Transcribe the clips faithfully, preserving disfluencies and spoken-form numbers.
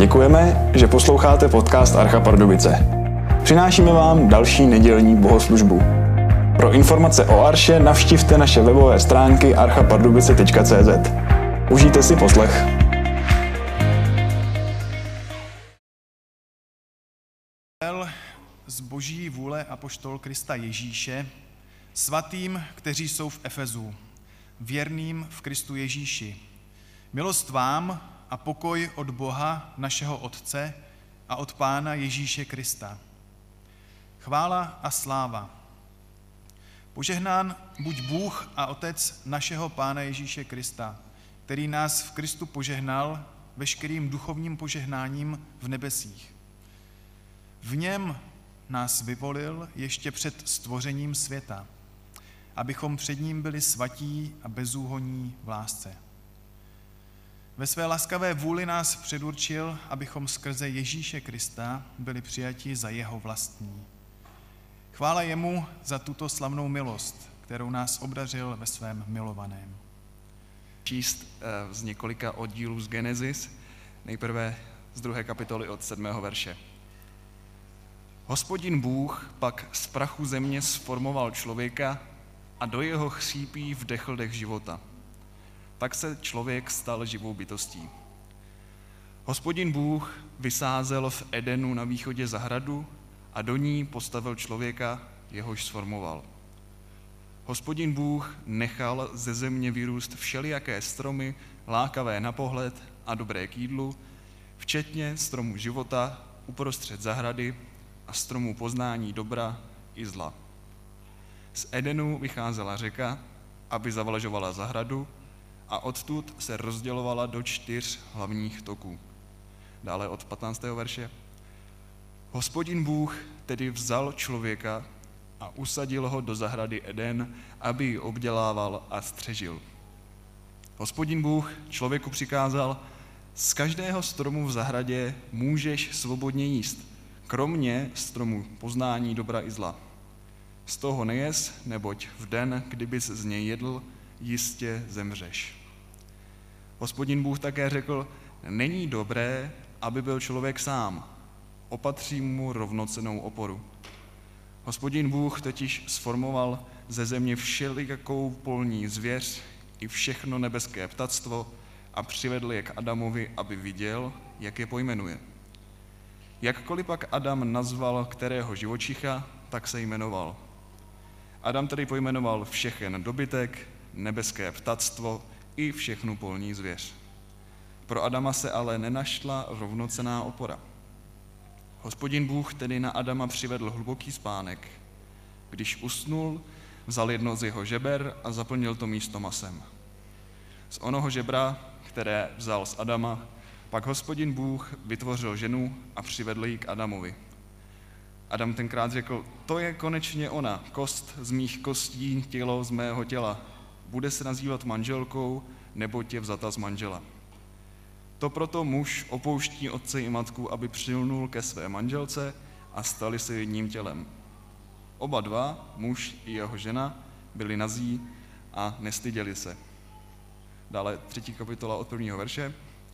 Děkujeme, že posloucháte podcast Archa Pardubice. Přinášíme vám další nedělní bohoslužbu. Pro informace o Arše navštivte naše webové stránky archa pardubice tečka cé zet. Užijte si poslech. Z boží vůle apoštol Krista Ježíše, svatým, kteří jsou v Efezu, věrným v Kristu Ježíši. Milost vám a pokoj od Boha, našeho Otce, a od Pána Ježíše Krista. Chvála a sláva. Požehnán buď Bůh a Otec našeho Pána Ježíše Krista, který nás v Kristu požehnal veškerým duchovním požehnáním v nebesích. V něm nás vyvolil ještě před stvořením světa, abychom před ním byli svatí a bezúhonní v lásce. Ve své laskavé vůli nás předurčil, abychom skrze Ježíše Krista byli přijati za jeho vlastní. Chvála jemu za tuto slavnou milost, kterou nás obdařil ve svém milovaném. Číst z několika oddílů z Genesis, nejprve z druhé kapitoly od sedmého verše. Hospodin Bůh pak z prachu země sformoval člověka a do jeho chřípí vdechl dech života. Tak se člověk stal živou bytostí. Hospodin Bůh vysázel v Edenu na východě zahradu a do ní postavil člověka, jehož sformoval. Hospodin Bůh nechal ze země vyrůst všelijaké stromy, lákavé na pohled a dobré k jídlu, včetně stromu života uprostřed zahrady a stromu poznání dobra i zla. Z Edenu vycházela řeka, aby zavlažovala zahradu, a odtud se rozdělovala do čtyř hlavních toků. Dále od patnáctého verše. Hospodin Bůh tedy vzal člověka a usadil ho do zahrady Eden, aby ji obdělával a střežil. Hospodin Bůh člověku přikázal, z každého stromu v zahradě můžeš svobodně jíst, kromě stromu poznání dobra i zla. Z toho nejez, neboť v den, kdybys z něj jedl, jistě zemřeš. Hospodin Bůh také řekl, není dobré, aby byl člověk sám, opatří mu rovnocennou oporu. Hospodin Bůh totiž sformoval ze země všelijakou polní zvěř i všechno nebeské ptactvo a přivedl je k Adamovi, aby viděl, jak je pojmenuje. Jakkoliv pak Adam nazval kterého živočicha, tak se jmenoval. Adam tedy pojmenoval všechen dobytek, nebeské ptactvo i všechnu polní zvěř. Pro Adama se ale nenašla rovnocenná opora. Hospodin Bůh tedy na Adama přivedl hluboký spánek. Když usnul, vzal jedno z jeho žeber a zaplnil to místo masem. Z onoho žebra, které vzal z Adama, pak Hospodin Bůh vytvořil ženu a přivedl ji k Adamovi. Adam tenkrát řekl, to je konečně ona, kost z mých kostí, tělo z mého těla. Bude se nazývat manželkou, neboť je vzata z manžela. To proto muž opouští otce i matku, aby přilnul ke své manželce a stali se jedním tělem. Oba dva, muž i jeho žena, byli nazí a nestyděli se. Dále třetí kapitola od prvního verše.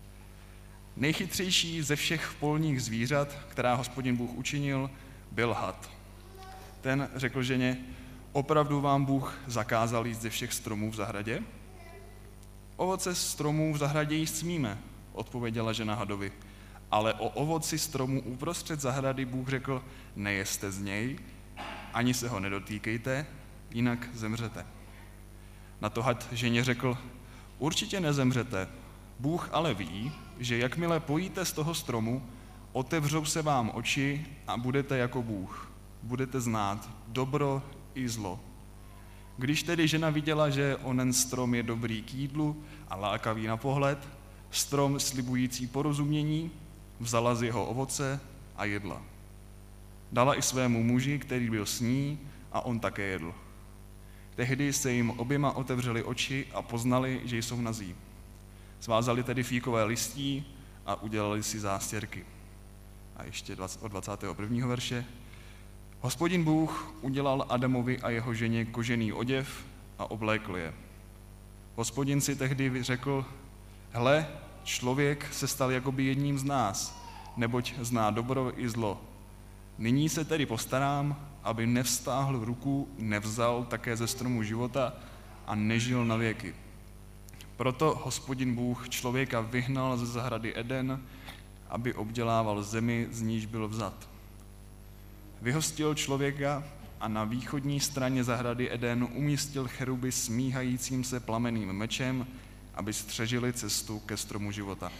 Nejchytřejší ze všech polních zvířat, která Hospodin Bůh učinil, byl had. Ten řekl ženě, opravdu vám Bůh zakázal jíst ze všech stromů v zahradě? Ovoce stromů v zahradě jíst smíme, odpověděla žena hadovi, ale o ovoci stromu uprostřed zahrady Bůh řekl, nejeste z něj, ani se ho nedotýkejte, jinak zemřete. Na to had ženě řekl, určitě nezemřete, Bůh ale ví, že jakmile pojíte z toho stromu, otevřou se vám oči a budete jako Bůh. Budete znát dobro i zlo. Když tedy žena viděla, že onen strom je dobrý k jídlu a lákavý na pohled, strom slibující porozumění, vzala z jeho ovoce a jedla. Dala i svému muži, který byl s ní, a on také jedl. Tehdy se jim oběma otevřely oči a poznali, že jsou nazí. Svázali tedy fíkové listí a udělali si zástěrky. A ještě od dvacátého prvního verše. Hospodin Bůh udělal Adamovi a jeho ženě kožený oděv a oblékl je. Hospodin si tehdy řekl, hle, člověk se stal jakoby jedním z nás neboť zná dobro i zlo. Nyní se tedy postarám, aby nevstáhl ruku, nevzal také ze stromu života a nežil na věky. Proto Hospodin Bůh člověka vyhnal ze zahrady Eden, aby obdělával zemi, z níž byl vzat. Vyhostil člověka a na východní straně zahrady Eden umístil cheruby smíhajícím se plamenným mečem, aby střežili cestu ke stromu života.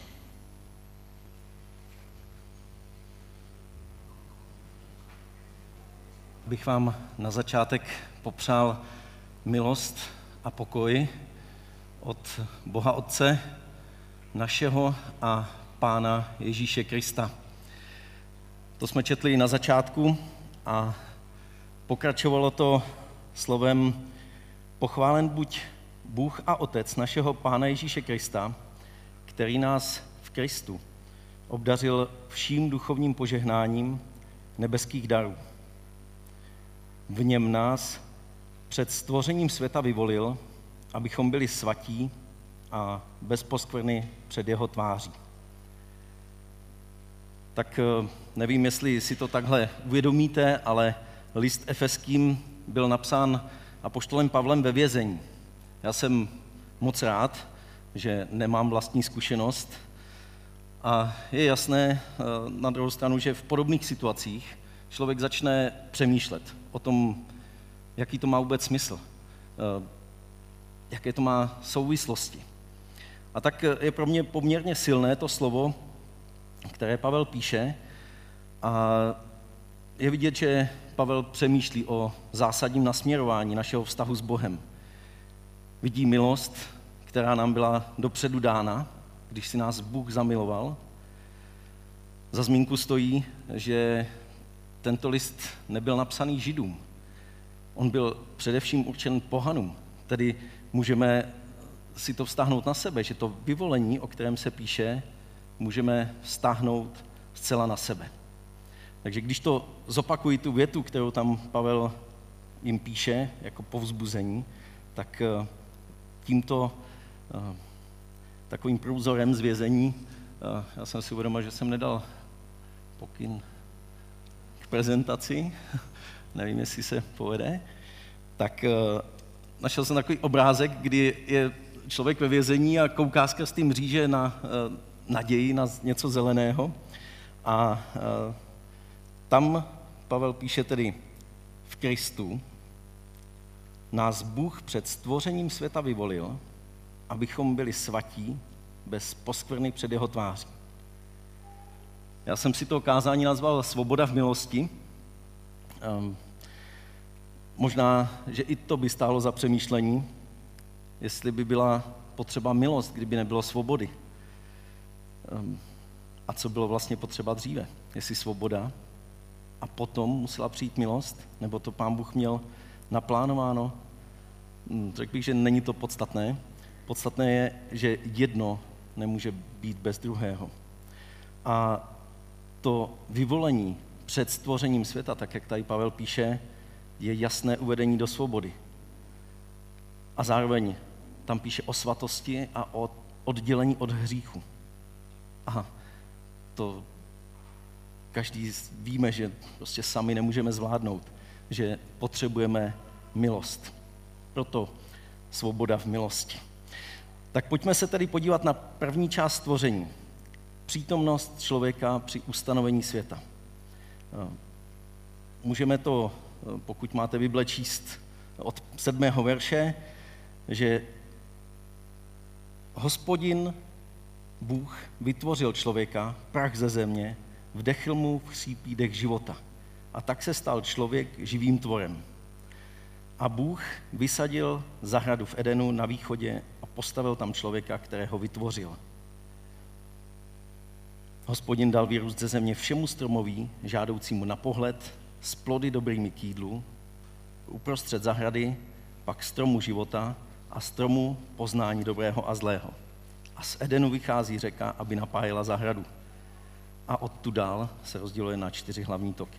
Bych vám na začátek popřál milost a pokoj od Boha Otce, našeho a Pána Ježíše Krista. To jsme četli na začátku a pokračovalo to slovem pochválen buď Bůh a Otec našeho Pána Ježíše Krista, který nás v Kristu obdařil vším duchovním požehnáním nebeských darů. V něm nás před stvořením světa vyvolil, abychom byli svatí a bez poskvrny před jeho tváří. Tak nevím, jestli si to takhle uvědomíte, ale list Efeským byl napsán apoštolem Pavlem ve vězení. Já jsem moc rád, že nemám vlastní zkušenost a je jasné na druhou stranu, že v podobných situacích člověk začne přemýšlet o tom, jaký to má vůbec smysl, jaké to má souvislosti. A tak je pro mě poměrně silné to slovo, které Pavel píše, a je vidět, že Pavel přemýšlí o zásadním nasměrování našeho vztahu s Bohem. Vidí milost, která nám byla dopředu dána, když si nás Bůh zamiloval. Za zmínku stojí, že tento list nebyl napsaný Židům. On byl především určen pohanům, tedy můžeme si to vztáhnout na sebe, že to vyvolení, o kterém se píše, můžeme vztáhnout zcela na sebe. Takže když to zopakuji tu větu, kterou tam Pavel jim píše jako povzbuzení, tak tímto takovým průzorem z vězení, já jsem si uvědomil, že jsem nedal pokyn k prezentaci, nevím, jestli se povede, tak našel jsem takový obrázek, kdy je člověk ve vězení a kouká skrz ty mříže na naději, na něco zeleného. A tam Pavel píše tedy v Kristu nás Bůh před stvořením světa vyvolil, abychom byli svatí bez poskvrny před jeho tváří. Já jsem si to kázání nazval Svoboda v milosti. Um, možná, že i to by stálo za přemýšlení, jestli by byla potřeba milost, kdyby nebylo svobody. Um, a co bylo vlastně potřeba dříve? Jestli svoboda a potom musela přijít milost, nebo to Pán Bůh měl naplánováno? Um, řekl bych, že není to podstatné. Podstatné je, že jedno nemůže být bez druhého. A to vyvolení před stvořením světa, tak jak tady Pavel píše, je jasné uvedení do svobody. A zároveň tam píše o svatosti a o oddělení od hříchu. Aha, to každý víme, že prostě sami nemůžeme zvládnout, že potřebujeme milost. Proto svoboda v milosti. Tak pojďme se tedy podívat na první část stvoření. Přítomnost člověka při ustanovení světa. Můžeme to, pokud máte Bible, číst od sedmého verše, že Hospodin Bůh vytvořil člověka, prach ze země, vdechl mu v chřípý dech života. A tak se stal člověk živým tvorem. A Bůh vysadil zahradu v Edenu na východě a postavil tam člověka, kterého vytvořil. Hospodin dal vyrůst ze země všemu stromoví, žádoucímu na pohled, s plody dobrými k jídlu, uprostřed zahrady pak stromu života a stromu poznání dobrého a zlého. A z Edenu vychází řeka, aby napájela zahradu. A odtud dál se rozděluje na čtyři hlavní toky.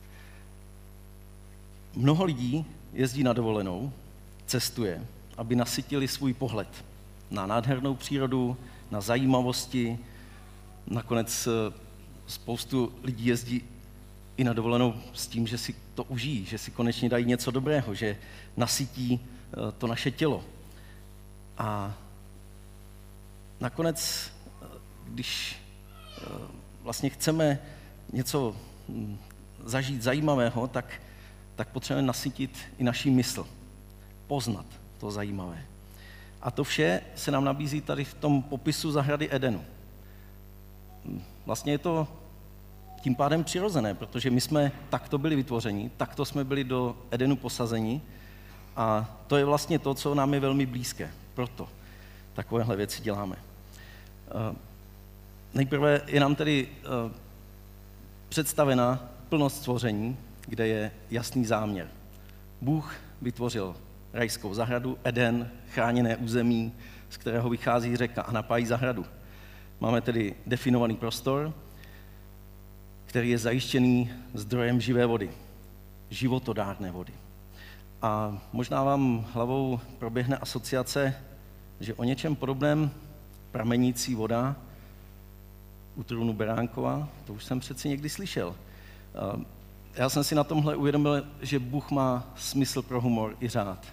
Mnoho lidí jezdí na dovolenou, cestuje, aby nasytili svůj pohled na nádhernou přírodu, na zajímavosti, nakonec spoustu lidí jezdí i na dovolenou s tím, že si to užijí, že si konečně dají něco dobrého, že nasytí to naše tělo. A nakonec, když vlastně chceme něco zažít zajímavého, tak, tak potřebujeme nasytit i naší mysl, poznat to zajímavé. A to vše se nám nabízí tady v tom popisu zahrady Edenu. Vlastně je to tím pádem přirozené, protože my jsme takto byli vytvořeni, takto jsme byli do Edenu posazeni a to je vlastně to, co nám je velmi blízké. Proto takovéhle věci děláme. Nejprve je nám tedy představena plnost stvoření, kde je jasný záměr. Bůh vytvořil rajskou zahradu, Eden, chráněné území, z kterého vychází řeka a napájí zahradu. Máme tedy definovaný prostor, který je zajištěný zdrojem živé vody, životodárné vody. A možná vám hlavou proběhne asociace, že o něčem podobném pramenící voda u trůnu Beránkova, to už jsem přeci někdy slyšel. Já jsem si na tomhle uvědomil, že Bůh má smysl pro humor i řád.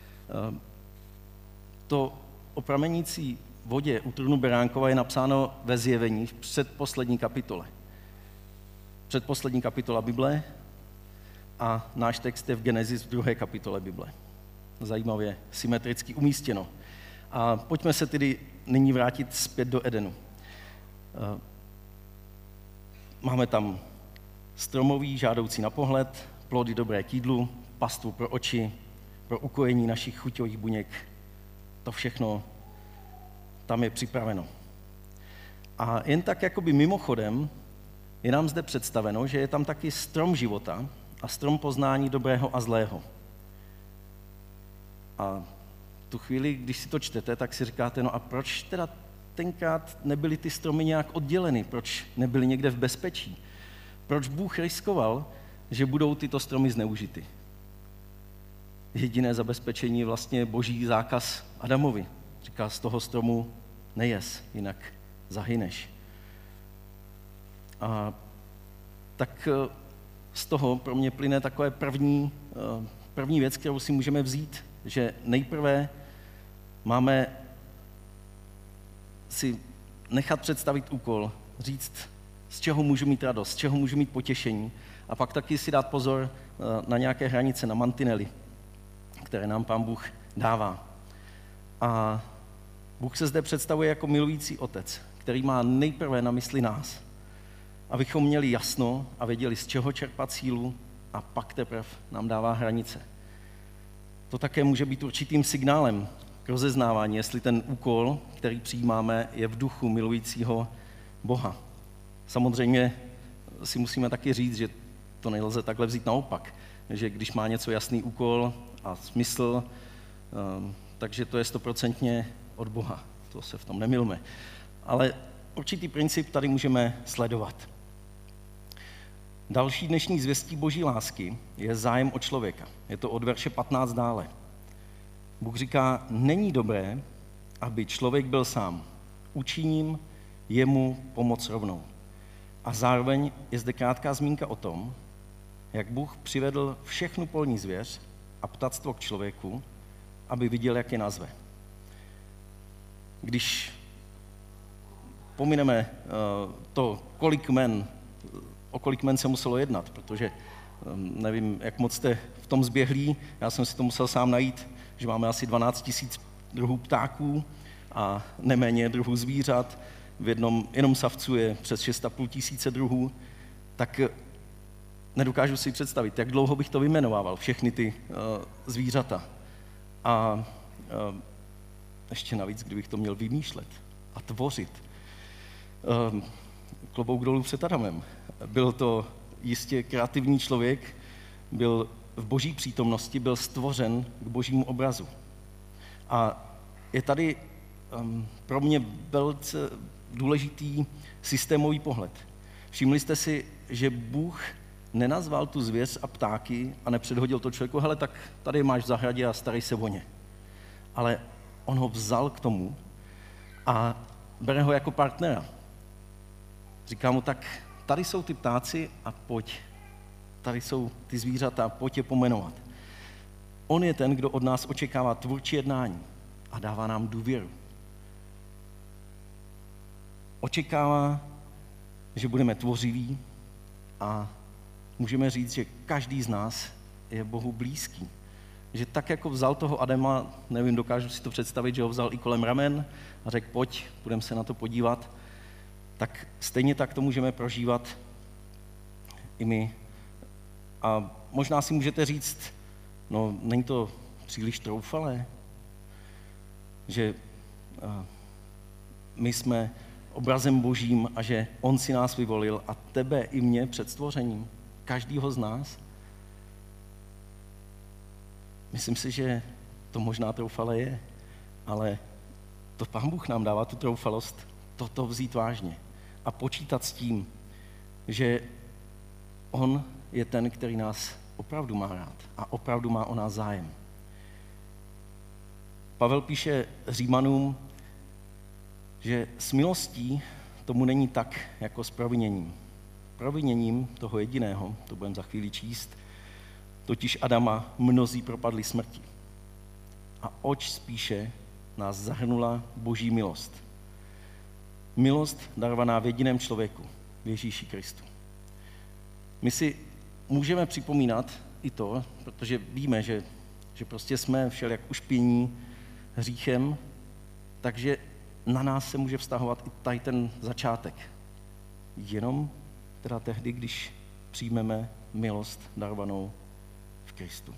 To o pramenící vodě u trůnu Beránkova je napsáno ve Zjevení v předposlední kapitole. Předposlední kapitola Bible a náš text je v Genesis v druhé kapitole Bible. Zajímavě symetricky umístěno. A pojďme se tedy nyní vrátit zpět do Edenu. Máme tam stromový, žádoucí na pohled, plody dobré k jídlu, pastvu pro oči, pro ukojení našich chuťových buněk. To všechno tam je připraveno. A jen tak jakoby mimochodem je nám zde představeno, že je tam taky strom života a strom poznání dobrého a zlého. A tu chvíli, když si to čtete, tak si říkáte, no a proč teda tenkrát nebyly ty stromy nějak odděleny? Proč nebyly někde v bezpečí? Proč Bůh riskoval, že budou tyto stromy zneužity? Jediné zabezpečení je vlastně boží zákaz Adamovi. Říká, z toho stromu nejes, jinak zahyneš. A tak z toho pro mě plyne takové první, první věc, kterou si můžeme vzít, že nejprve máme si nechat představit úkol, říct, z čeho můžu mít radost, z čeho můžu mít potěšení a pak taky si dát pozor na nějaké hranice, na mantinely, které nám Pán Bůh dává. A Bůh se zde představuje jako milující otec, který má nejprve na mysli nás, abychom měli jasno a věděli, z čeho čerpat sílu a pak teprve nám dává hranice. To také může být určitým signálem k rozeznávání, jestli ten úkol, který přijímáme, je v duchu milujícího Boha. Samozřejmě si musíme taky říct, že to nelze takhle vzít naopak, že když má něco jasný úkol a smysl, takže to je stoprocentně od Boha. To se v tom nemylme. Ale určitý princip tady můžeme sledovat. Další dnešní zvěstí boží lásky je zájem o člověka. Je to od verše patnáct dále. Bůh říká, není dobré, aby člověk byl sám. Učiním jemu pomoc rovnou. A zároveň je zde krátká zmínka o tom, jak Bůh přivedl všechnu polní zvěř a ptactvo k člověku, aby viděl, jak je nazve. Když pomineme to, kolik men, o kolik men se muselo jednat, protože nevím, jak moc jste v tom zběhlí, já jsem si to musel sám najít, že máme asi dvanáct tisíc druhů ptáků a neméně druhů zvířat, v jednom jenom savců je přes šest a půl tisíce druhů, tak nedokážu si představit, jak dlouho bych to vyjmenovával, všechny ty uh, zvířata. A uh, ještě navíc, kdybych to měl vymýšlet a tvořit. Uh, klobouk dolů před Adamem. Byl to jistě kreativní člověk, byl v boží přítomnosti, byl stvořen k božímu obrazu. A je tady um, pro mě velice důležitý systémový pohled. Všimli jste si, že Bůh nenazval tu zvěř a ptáky a nepředhodil to člověku, hele, tak tady máš v zahradě a starej se o ně. Ale on ho vzal k tomu a bere ho jako partnera. Říká mu, tak tady jsou ty ptáci a pojď. Tady jsou ty zvířata, pojď je pomenovat. On je ten, kdo od nás očekává tvůrčí jednání a dává nám důvěru. Očekává, že budeme tvořiví a můžeme říct, že každý z nás je Bohu blízký. Že tak, jako vzal toho Adama, nevím, dokážu si to představit, že ho vzal i kolem ramen a řekl, pojď, budeme se na to podívat, tak stejně tak to můžeme prožívat i my. A možná si můžete říct, no není to příliš troufalé, že my jsme obrazem Božím a že on si nás vyvolil a tebe i mě před stvořením, každýho z nás. Myslím si, že to možná troufalé je, ale to Pán Bůh nám dává tu troufalost toto vzít vážně a počítat s tím, že on je ten, který nás opravdu má rád a opravdu má o nás zájem. Pavel píše Římanům, že s milostí tomu není tak, jako s proviněním. Proviněním toho jediného, to budeme za chvíli číst, totiž Adama mnozí propadli smrti. A oč spíše nás zahrnula Boží milost. Milost darovaná v jediném člověku, v Ježíši Kristu. My si můžeme připomínat i to, protože víme, že, že prostě jsme všelijak ušpiní hříchem, takže na nás se může vztahovat i tady ten začátek. Jenom teda tehdy, když přijmeme milost darovanou v Kristu.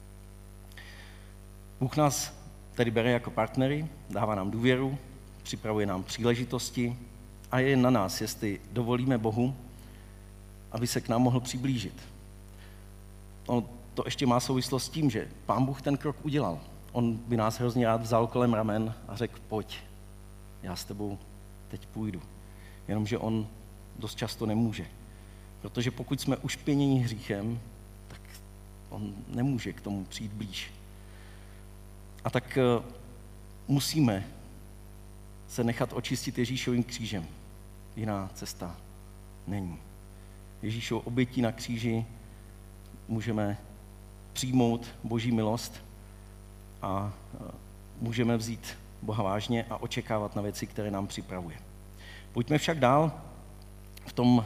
Bůh nás tedy bere jako partnery, dává nám důvěru, připravuje nám příležitosti a je na nás, jestli dovolíme Bohu, aby se k nám mohl přiblížit. On to ještě má souvislost s tím, že Pán Bůh ten krok udělal. On by nás hrozně rád vzal kolem ramen a řekl, pojď, já s tebou teď půjdu. Jenomže on dost často nemůže. Protože pokud jsme ušpěněni hříchem, tak on nemůže k tomu přijít blíž. A tak musíme se nechat očistit Ježíšovým křížem. Jiná cesta není. Ježíšovou obětí na kříži můžeme přijmout Boží milost a můžeme vzít Boha vážně a očekávat na věci, které nám připravuje. Pojďme však dál v tom,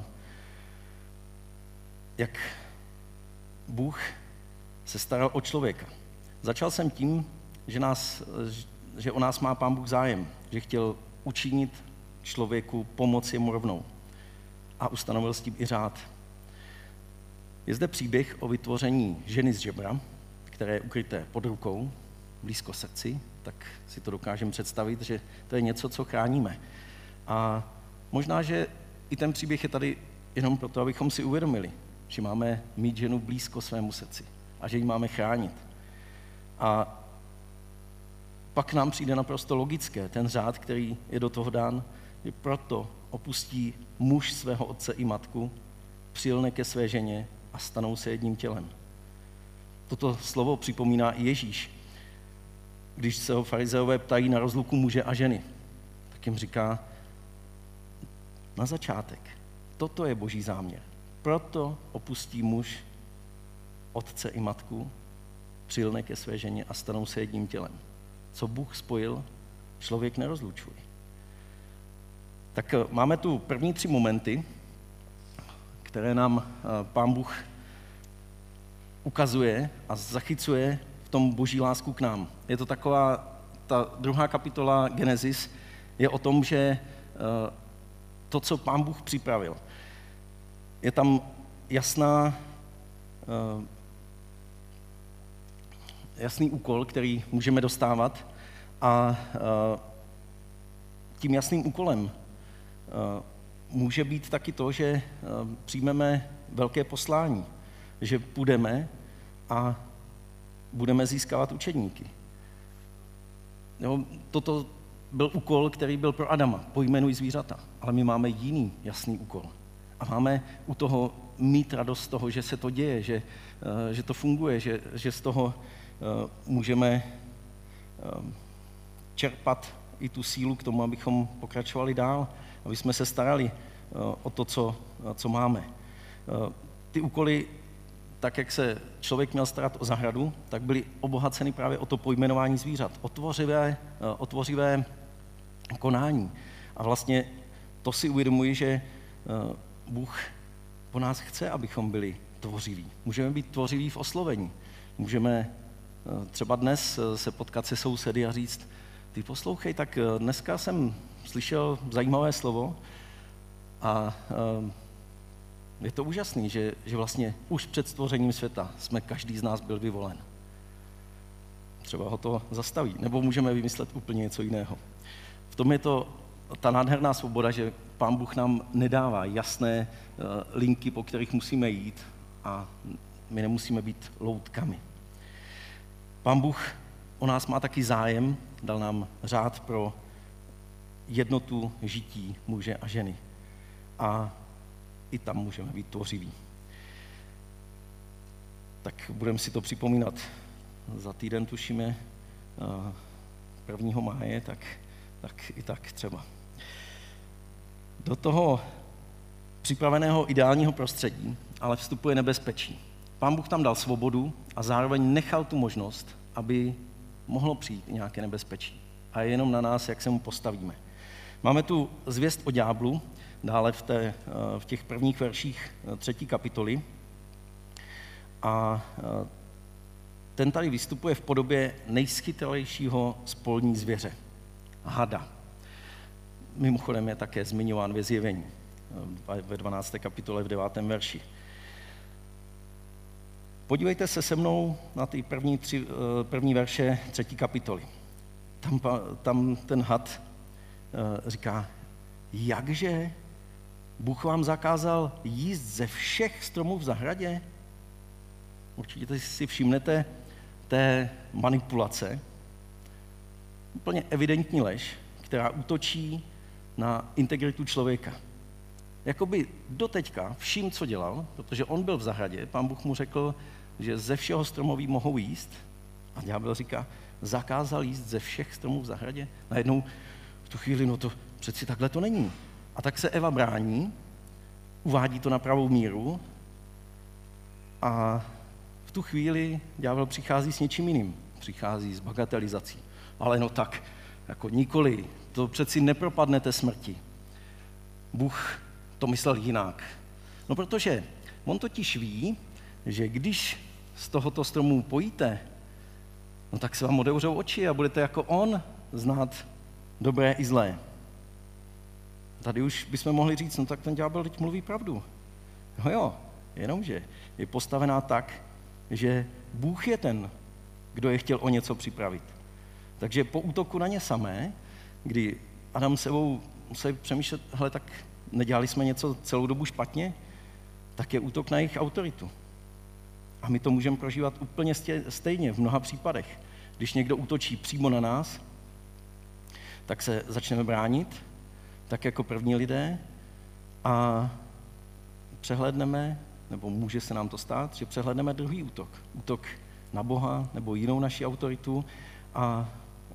jak Bůh se staral o člověka. Začal jsem tím, že, nás, že o nás má Pán Bůh zájem, že chtěl učinit člověku pomoc jemu rovnou a ustanovil s tím i řád. Je zde příběh o vytvoření ženy z žebra, které je ukryté pod rukou, blízko srdci, tak si to dokážeme představit, že to je něco, co chráníme. A možná, že i ten příběh je tady jenom proto, abychom si uvědomili, že máme mít ženu blízko svému srdci a že ji máme chránit. A pak nám přijde naprosto logické ten řád, který je do toho dán, že proto opustí muž svého otce i matku, přilne ke své ženě a stanou se jedním tělem. Toto slovo připomíná i Ježíš. Když se ho farizeové ptají na rozluku muže a ženy, tak jim říká na začátek, toto je Boží záměr. Proto opustí muž otce i matku, přilne ke své ženě a stanou se jedním tělem. Co Bůh spojil, člověk nerozlučuje. Tak máme tu první tři momenty, které nám Pán Bůh ukazuje a zachycuje v tom Boží lásku k nám. Je to taková, ta druhá kapitola Genesis je o tom, že to, co Pán Bůh připravil. Je tam jasná, jasný úkol, který můžeme dostávat a tím jasným úkolem může být taky to, že přijmeme velké poslání, že půjdeme a budeme získávat učedníky. Jo, toto byl úkol, který byl pro Adama, pojmenuj zvířata, ale my máme jiný jasný úkol. A máme u toho mít radost z toho, že se to děje, že, že to funguje, že, že z toho můžeme čerpat i tu sílu k tomu, abychom pokračovali dál, aby jsme se starali o to, co, co máme. Ty úkoly, tak jak se člověk měl starat o zahradu, tak byly obohaceny právě o to pojmenování zvířat, o tvořivé, o tvořivé konání. A vlastně to si uvědomuji, že Bůh po nás chce, abychom byli tvořiví. Můžeme být tvořiví v oslovení. Můžeme třeba dnes se potkat se sousedy a říct, ty poslouchej, tak dneska jsem slyšel zajímavé slovo a je to úžasný, že, že vlastně už před stvořením světa jsme každý z nás byl vyvolen. Třeba ho to zastaví, nebo můžeme vymyslet úplně něco jiného. V tom je to ta nádherná svoboda, že Pán Bůh nám nedává jasné linky, po kterých musíme jít a my nemusíme být loutkami. Pán Bůh o nás má taky zájem, dal nám řád pro jednotu žití muže a ženy. A i tam můžeme být tvořiví. Tak budeme si to připomínat. Za týden tušíme prvního máje, tak, tak i tak třeba. Do toho připraveného ideálního prostředí ale vstupuje nebezpečí. Pán Bůh tam dal svobodu a zároveň nechal tu možnost, aby mohlo přijít nějaké nebezpečí. A je jenom na nás, jak se mu postavíme. Máme tu zvěst o ďáblu, dále v, té, v těch prvních verších třetí kapitoly. A ten tady vystupuje v podobě nejschytralejšího z polní zvěře, hada. Mimochodem je také zmiňován ve Zjevení, ve dvanácté kapitole v devátém verši. Podívejte se se mnou na ty první, tři, první verše třetí kapitoly. Tam, tam ten had říká, jakže Bůh vám zakázal jíst ze všech stromů v zahradě? Určitě si všimnete té manipulace, úplně evidentní lež, která útočí na integritu člověka. Jakoby doteďka vším, co dělal, protože on byl v zahradě, Pán Bůh mu řekl, že ze všeho stromoví mohou jíst. A ďábel říká, zakázal jíst ze všech stromů v zahradě. Najednou v tu chvíli, no to přeci takhle to není. A tak se Eva brání, uvádí to na pravou míru a v tu chvíli ďábel přichází s něčím jiným. Přichází s bagatelizací. Ale no tak, jako nikoli, to přeci nepropadnete smrti. Bůh to myslel jinak. No protože on totiž ví, že když z tohoto stromu pojíte, no tak se vám otevřou oči a budete jako on znát dobré i zlé. Tady už bychom mohli říct, no tak ten ďábel teď mluví pravdu. No jo, jenomže je postavená tak, že Bůh je ten, kdo je chtěl o něco připravit. Takže po útoku na ně samé, kdy Adam s Evou museli přemýšlet, hele, tak nedělali jsme něco celou dobu špatně, tak je útok na jejich autoritu. A my to můžeme prožívat úplně stejně v mnoha případech. Když někdo útočí přímo na nás, tak se začneme bránit, tak jako první lidé, a přehlédneme, nebo může se nám to stát, že přehlédneme druhý útok. Útok na Boha nebo jinou naši autoritu a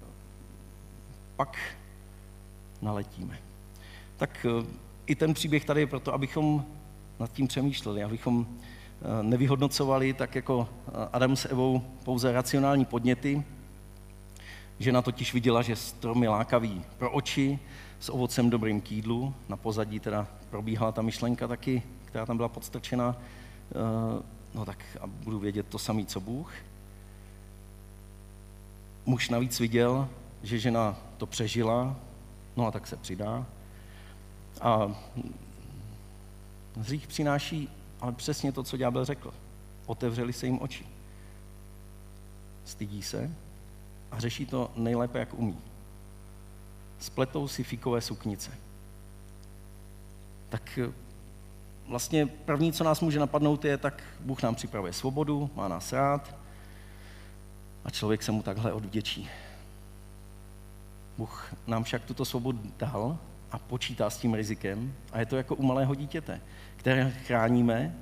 pak naletíme. Tak i ten příběh tady je proto, abychom nad tím přemýšleli, abychom nevyhodnocovali tak jako Adam s Evou pouze racionální podněty. Žena totiž viděla, že strom je lákavý pro oči, s ovocem dobrým k jídlu. Na pozadí teda probíhala ta myšlenka taky, která tam byla podstrčena. No tak a budu vědět to samé, co Bůh. Muž navíc viděl, že žena to přežila, no a tak se přidá. A hřích přináší ale přesně to, co ďábel řekl. Otevřeli se jim oči. Stydí se a řeší to nejlépe, jak umí. Spletou si fikové suknice. Tak vlastně první, co nás může napadnout, je, tak Bůh nám připravuje svobodu, má nás rád a člověk se mu takhle odvděčí. Bůh nám však tuto svobodu dal a počítá s tím rizikem a je to jako u malého dítěte, které chráníme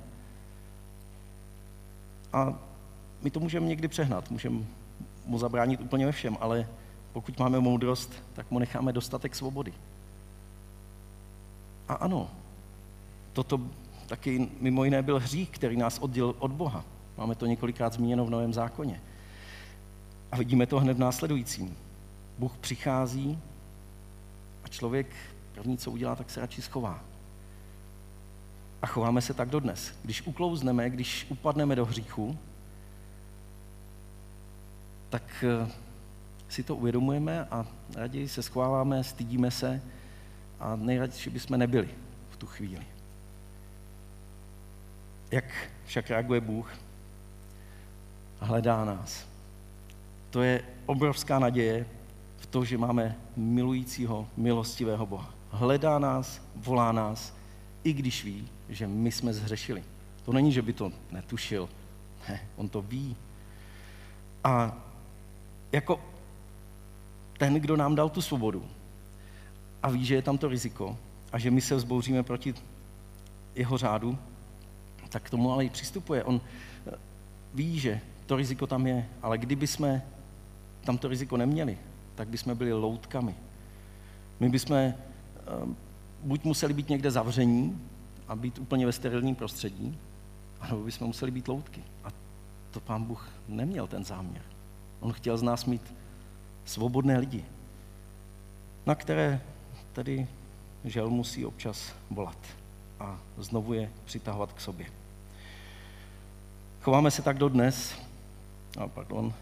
a my to můžeme někdy přehnat, můžeme mu zabránit úplně ve všem, ale pokud máme moudrost, tak mu necháme dostatek svobody. A ano, toto taky mimo jiné byl hřích, který nás oddělil od Boha. Máme to několikrát zmíněno v Novém zákoně. A vidíme to hned v následujícím. Bůh přichází a člověk první, co udělá, tak se radši schová. A chováme se tak dodnes. Když uklouzneme, když upadneme do hříchu, tak si to uvědomujeme a raději se schováváme, stydíme se a nejradši bychom nebyli v tu chvíli. Jak však reaguje Bůh? Hledá nás. To je obrovská naděje v to, že máme milujícího, milostivého Boha. Hledá nás, volá nás, i když ví, že my jsme zhřešili. To není, že by to netušil. Ne, on to ví. A jako ten, kdo nám dal tu svobodu a ví, že je tam to riziko a že my se vzbouříme proti jeho řádu, tak k tomu ale i přistupuje. On ví, že to riziko tam je, ale kdyby jsme tam to riziko neměli, tak bychom byli loutkami. My bychom buď museli být někde zavření a být úplně ve sterilním prostředí, anebo bychom museli být loutky. A to Pán Bůh neměl ten záměr. On chtěl z nás mít svobodné lidi, na které tedy žel musí občas volat a znovu je přitahovat k sobě. Chováme se tak dodnes, oh, pardon,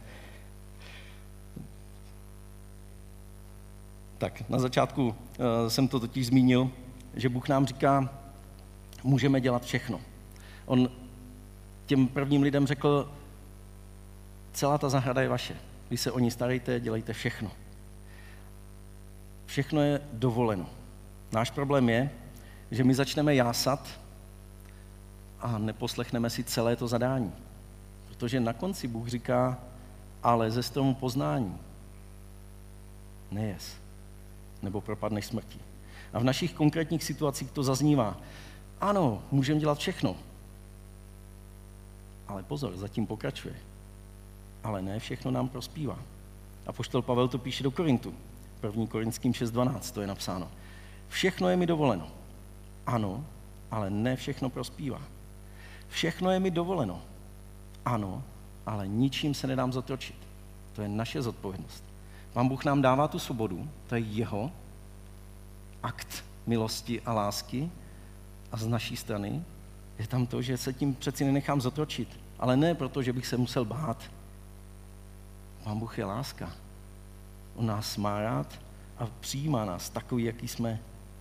tak na začátku uh, jsem to totiž zmínil, že Bůh nám říká, můžeme dělat všechno. On těm prvním lidem řekl, celá ta zahrada je vaše, vy se o ní starejte, dělejte všechno. Všechno je dovoleno. Náš problém je, že my začneme jásat a neposlechneme si celé to zadání. Protože na konci Bůh říká, ale ze stromu poznání nejez, nebo propadneš smrti. A v našich konkrétních situacích to zaznívá. Ano, můžeme dělat všechno. Ale pozor, zatím pokračuje. Ale ne všechno nám prospívá. Apoštol Pavel to píše do Korintu. první Korinským šest dvanáct to je napsáno. Všechno je mi dovoleno. Ano, ale ne všechno prospívá. Všechno je mi dovoleno. Ano, ale ničím se nedám zotročit. To je naše zodpovědnost. Pán Bůh nám dává tu svobodu, to je jeho akt milosti a lásky a z naší strany je tam to, že se tím přeci nenechám zotročit. Ale ne proto, že bych se musel bát. Pán Bůh je láska. On nás má rád a přijímá nás takový, jaký jsme.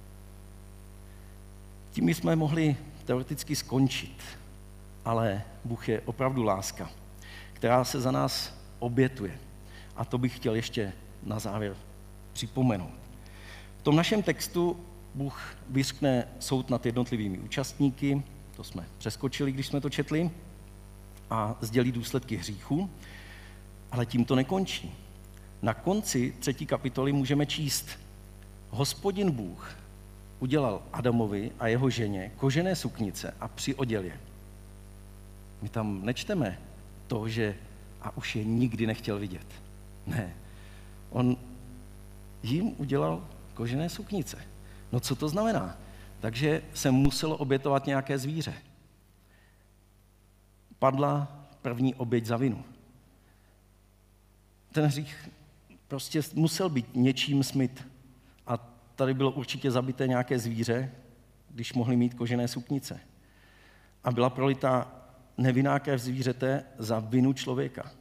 Tím jsme mohli teoreticky skončit, ale Bůh je opravdu láska, která se za nás obětuje. A to bych chtěl ještě na závěr připomenout. V tom našem textu Bůh vyřkne soud nad jednotlivými účastníky, to jsme přeskočili, když jsme to četli, a sdělí důsledky hříchu, ale tím to nekončí. Na konci třetí kapitoly můžeme číst: Hospodin Bůh udělal Adamovi a jeho ženě kožené suknice a přioděl je. My tam nečteme to, že a už je nikdy nechtěl vidět. Ne. On jim udělal kožené suknice. No co to znamená? Takže se muselo obětovat nějaké zvíře. Padla první oběť za vinu. Ten hřích prostě musel být něčím smyt. A tady bylo určitě zabité nějaké zvíře, když mohli mít kožené suknice. A byla prolitá nevinná krev zvířete za vinu člověka.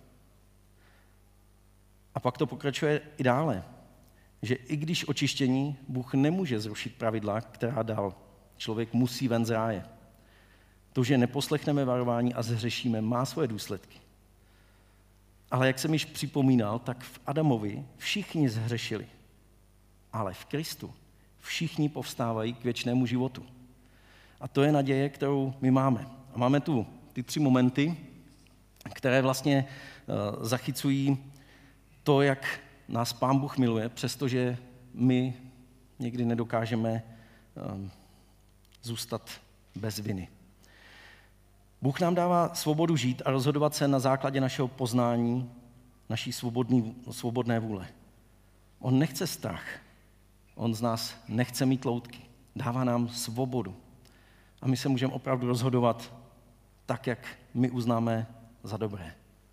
A pak to pokračuje i dále, že i když očištění, Bůh nemůže zrušit pravidla, která dal. Člověk musí ven z ráje. To, že neposlechneme varování a zhřešíme, má svoje důsledky. Ale jak jsem již připomínal, tak v Adamovi všichni zhřešili. Ale v Kristu všichni povstávají k věčnému životu. A to je naděje, kterou my máme. A máme tu ty tři momenty, které vlastně uh, zachycují to, jak nás Pán Bůh miluje, přestože my někdy nedokážeme um, zůstat bez viny. Bůh nám dává svobodu žít a rozhodovat se na základě našeho poznání, naší svobodný, svobodné vůle. On nechce strach. On z nás nechce mít loutky. Dává nám svobodu. a my se můžeme opravdu rozhodovat tak, jak my uznáme za dobré.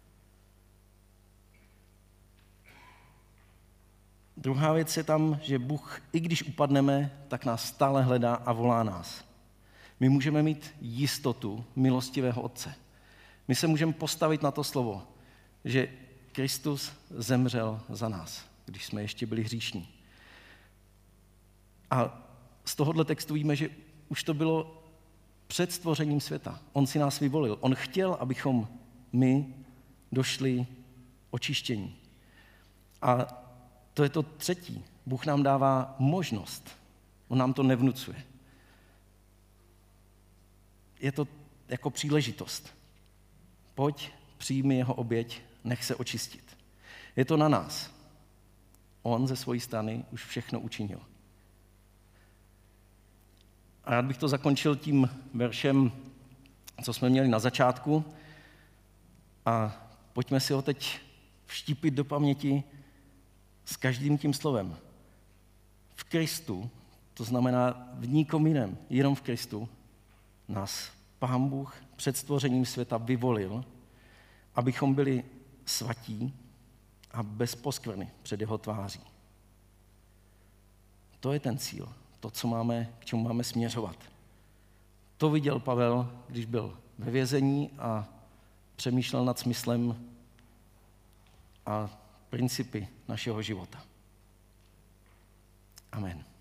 Druhá věc je tam, že Bůh, i když upadneme, tak nás stále hledá a volá nás. My můžeme mít jistotu milostivého Otce. My se můžeme postavit na to slovo, že Kristus zemřel za nás, když jsme ještě byli hříšní. A z tohohle textu víme, že už to bylo před stvořením světa. On si nás vyvolil. On chtěl, abychom my došli očištění. A to je to třetí. Bůh nám dává možnost. On nám to nevnucuje. Je to jako příležitost. Pojď, přijmi jeho oběť, nech se očistit. Je to na nás. On ze své strany už všechno učinil. A rád bych to zakončil tím veršem, co jsme měli na začátku. A pojďme si ho teď vštípit do paměti s každým tím slovem. V Kristu, to znamená v nikom jiném, jenom v Kristu, nás Pán Bůh před stvořením světa vyvolil, abychom byli svatí a bez poskvrny před jeho tváří. To je ten cíl, to, co máme, k čemu máme směřovat. To viděl Pavel, když byl ve vězení a přemýšlel nad smyslem a principy našeho života. Amen.